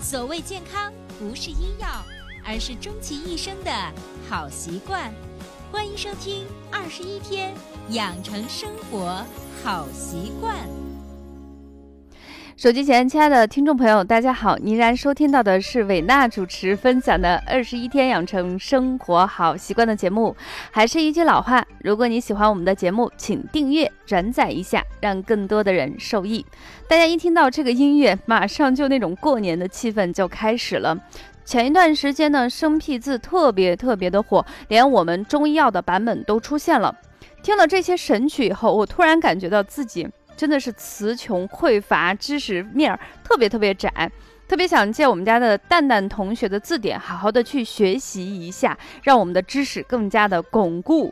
所谓健康，不是医药，而是终其一生的好习惯。欢迎收听21天养成生活好习惯。 手机前亲爱的听众朋友大家好，您然收听到的是伟娜主持分享的21天养成生活好习惯的节目。还是一句老话，如果你喜欢我们的节目，请订阅转载一下，让更多的人受益。大家一听到这个音乐，马上就那种过年的气氛就开始了。前一段时间呢，生僻字特别的火，连我们中医药的版本都出现了。听了这些神曲以后，我突然感觉到自己真的是词穷匮乏，知识面特别窄，特别想借我们家的蛋蛋同学的字典好好的去学习一下，让我们的知识更加的巩固。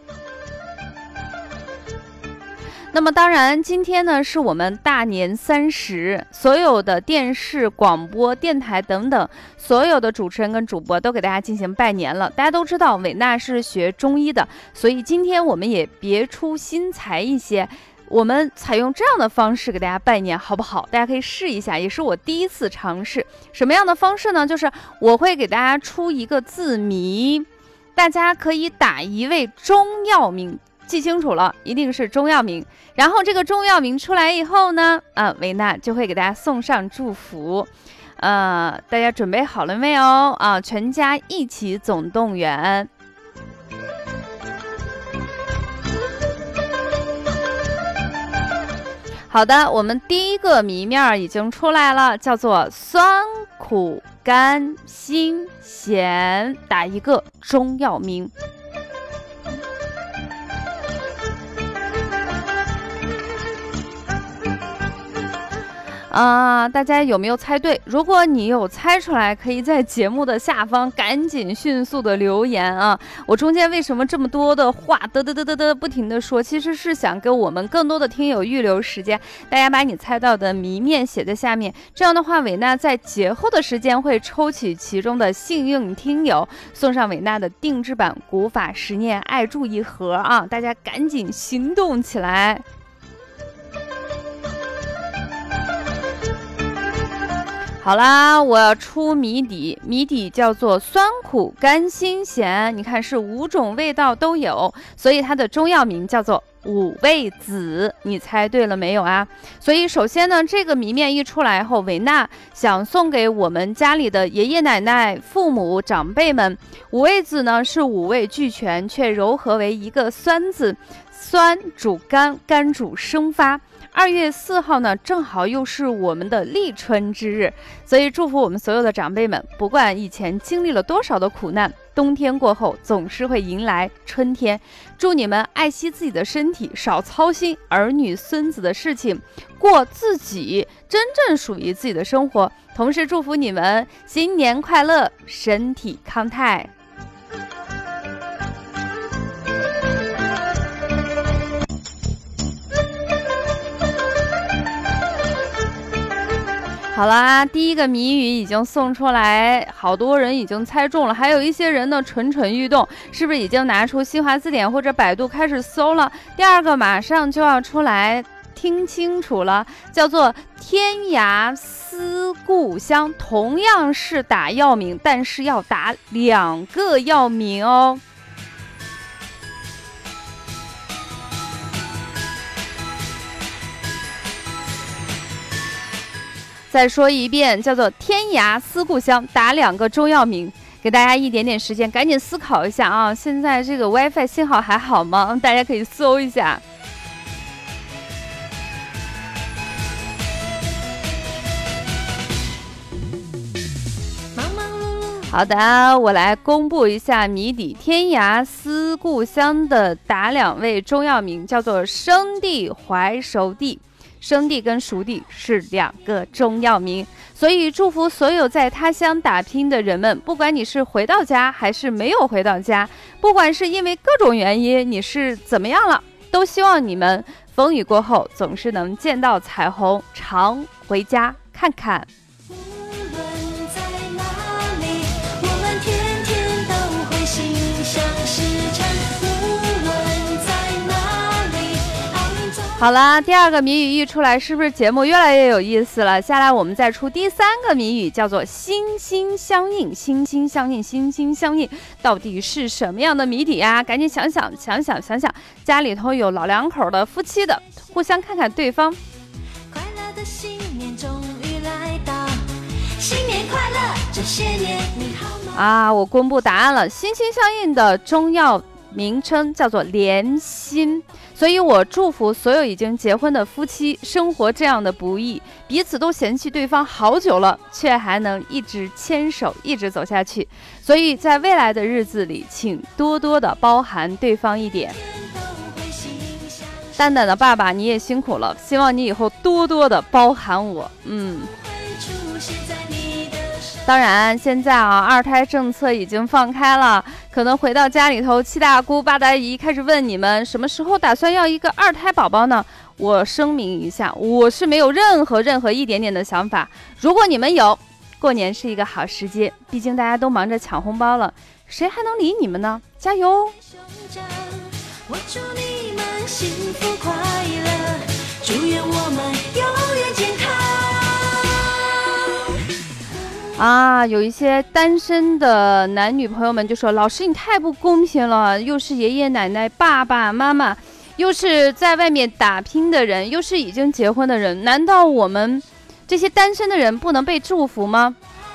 那么当然今天呢是我们大年30，所有的电视广播电台等等所有的主持人跟主播都给大家进行拜年了。大家都知道伟娜是学中医的，所以今天我们也别出心裁一些，我们采用这样的方式给大家拜年好不好？大家可以试一下，也是我第一次尝试。什么样的方式呢？就是我会给大家出一个字谜，大家可以打一位中药名，记清楚了，一定是中药名。然后这个中药名出来以后呢，维娜就会给大家送上祝福。大家准备好了没有？全家一起总动员。好的，我们第一个谜面已经出来了，叫做酸苦甘辛咸，打一个中药名。大家有没有猜对？如果你有猜出来，可以在节目的下方赶紧迅速的留言啊！我中间为什么这么多的话不停的说，其实是想给我们更多的听友预留时间，大家把你猜到的谜面写在下面，这样的话伟娜在节后的时间会抽取其中的幸运听友，送上伟娜的定制版古法10年爱助一盒啊！大家赶紧行动起来！好啦，我要出谜底，谜底叫做酸苦甘辛咸，你看是5种味道都有，所以它的中药名叫做五味子，你猜对了没有啊？所以首先呢，这个谜面一出来后，伟娜想送给我们家里的爷爷奶奶、父母、长辈们，五味子呢是5味俱全，却糅合为一个酸字，酸主甘，甘主生发。2月4号呢，正好又是我们的立春之日，所以祝福我们所有的长辈们，不管以前经历了多少的苦难，冬天过后总是会迎来春天。祝你们爱惜自己的身体，少操心儿女孙子的事情，过自己真正属于自己的生活。同时祝福你们新年快乐，身体康泰。好啦，第一个谜语已经送出来，好多人已经猜中了，还有一些人呢蠢欲动，是不是已经拿出新华字典或者百度开始搜了？第二个马上就要出来，听清楚了，叫做天涯思故乡，同样是打药名，但是要打2个药名哦。再说一遍，叫做天涯思故乡，打2个中药名，给大家一点点时间，赶紧思考一下啊！现在这个 WiFi 信号还好吗？大家可以搜一下。好的，我来公布一下谜底，天涯思故乡的打2味中药名，叫做生地、怀熟地。生地跟熟地是2个中药名，所以祝福所有在他乡打拼的人们，不管你是回到家还是没有回到家，不管是因为各种原因你是怎么样了，都希望你们风雨过后总是能见到彩虹，常回家看看。 好了，第二个谜语一出来，是不是节目越来越有意思了？下来我们再出第3个谜语，叫做心心相印。心心相印，心心相印，到底是什么样的谜底啊？赶紧想想，家里头有老两口的、夫妻的，互相看看对方。 快乐的新年终于来到，新年快乐，这些年你好吗？ 啊，我公布答案了。心心相印的中药名称叫做连心，所以我祝福所有已经结婚的夫妻，生活这样的不易，彼此都嫌弃对方好久了，却还能一直牵手，一直走下去。所以在未来的日子里，请多多的包涵对方一点。蛋蛋的爸爸，你也辛苦了，希望你以后多多的包涵我。当然现在啊，2胎政策已经放开了，可能回到家里头，七大姑八大姨开始问你们什么时候打算要一个2胎宝宝呢？我声明一下，我是没有任何一点点的想法。如果你们有，过年是一个好时机，毕竟大家都忙着抢红包了，谁还能理你们呢？加油！ 我祝你们幸福快乐，祝愿我们永远健康。 啊，有一些单身的男女朋友们就说，老师你太不公平了，又是爷爷奶奶、爸爸妈妈，又是在外面打拼的人，又是已经结婚的人，难道我们这些单身的人不能被祝福吗？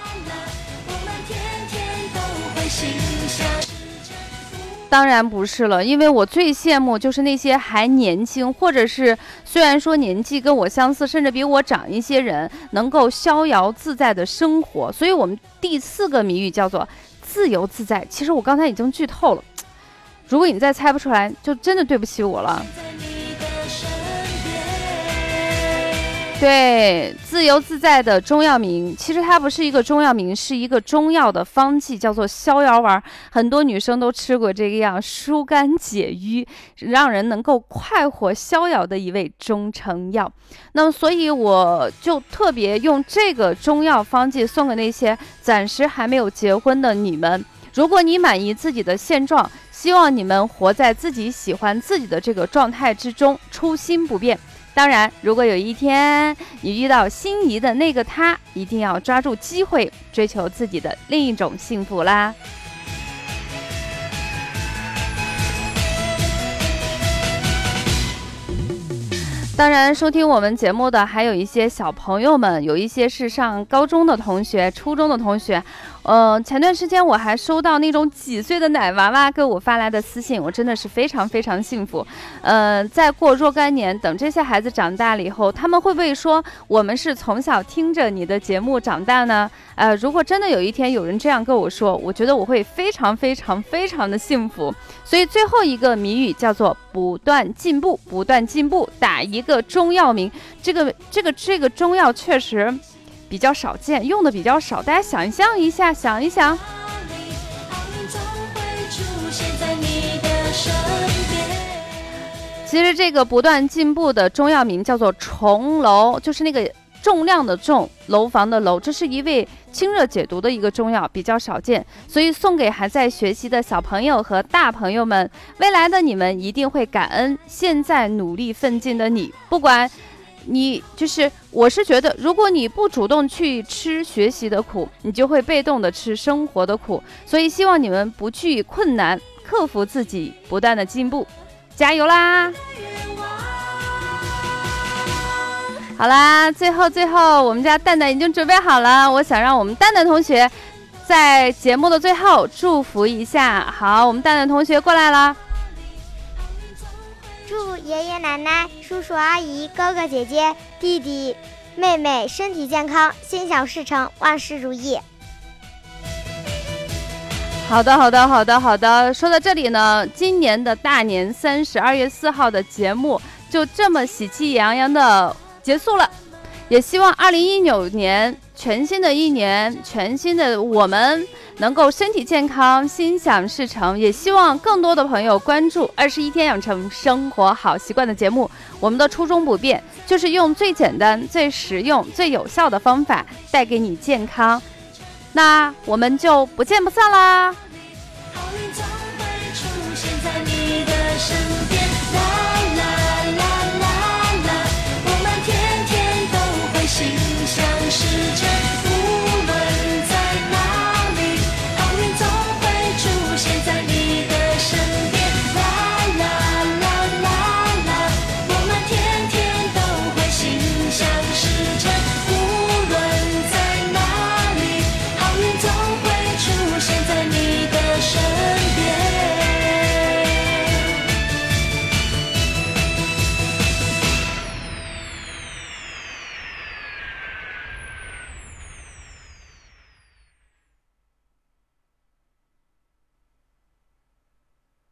当然不是了，因为我最羡慕就是那些还年轻，或者是虽然说年纪跟我相似，甚至比我长一些人，能够逍遥自在的生活。所以我们第4个谜语叫做自由自在。其实我刚才已经剧透了，如果你再猜不出来，就真的对不起我了。对，自由自在的中药名，其实它不是一个中药名，是一个中药的方剂，叫做逍遥丸。很多女生都吃过这个药，疏肝解郁，让人能够快活逍遥的一味中成药。那么所以我就特别用这个中药方剂送给那些暂时还没有结婚的你们。如果你满意自己的现状，希望你们活在自己喜欢自己的这个状态之中，初心不变。当然，如果有一天你遇到心仪的那个他，一定要抓住机会，追求自己的另一种幸福啦。当然，收听我们节目的还有一些小朋友们，有一些是上高中的同学、初中的同学。前段时间我还收到那种几岁的奶娃娃给我发来的私信，我真的是非常幸福。再过若干年，等这些孩子长大了以后，他们会不会说我们是从小听着你的节目长大呢？如果真的有一天有人这样跟我说，我觉得我会非常的幸福。所以最后一个谜语叫做不断进步，不断进步，打一个中药名。这个中药确实比较少见，用的比较少，大家想象一下，想一想。其实这个不断进步的中药名叫做重楼，就是那个重量的重，楼房的楼，这是一味清热解毒的一个中药，比较少见，所以送给还在学习的小朋友和大朋友们，未来的你们一定会感恩现在努力奋进的你。不管你我是觉得，如果你不主动去吃学习的苦，你就会被动的吃生活的苦。所以希望你们不惧困难，克服自己，不断的进步，加油啦！好啦，最后我们家蛋蛋已经准备好了，我想让我们蛋蛋同学在节目的最后祝福一下。好，我们蛋蛋同学过来了。 祝爷爷奶奶、叔叔阿姨、哥哥姐姐、弟弟妹妹身体健康，心想事成，万事如意。 好的。说到这里呢，今年的大年32月4号的节目就这么喜气洋洋的结束了。也希望2019年全新的一年，全新的我们能够身体健康，心想事成。也希望更多的朋友关注21天养成生活好习惯的节目。我们的初衷不变，就是用最简单、最实用、最有效的方法带给你健康。那我们就不见不散啦。 好运总会出现在你的身边。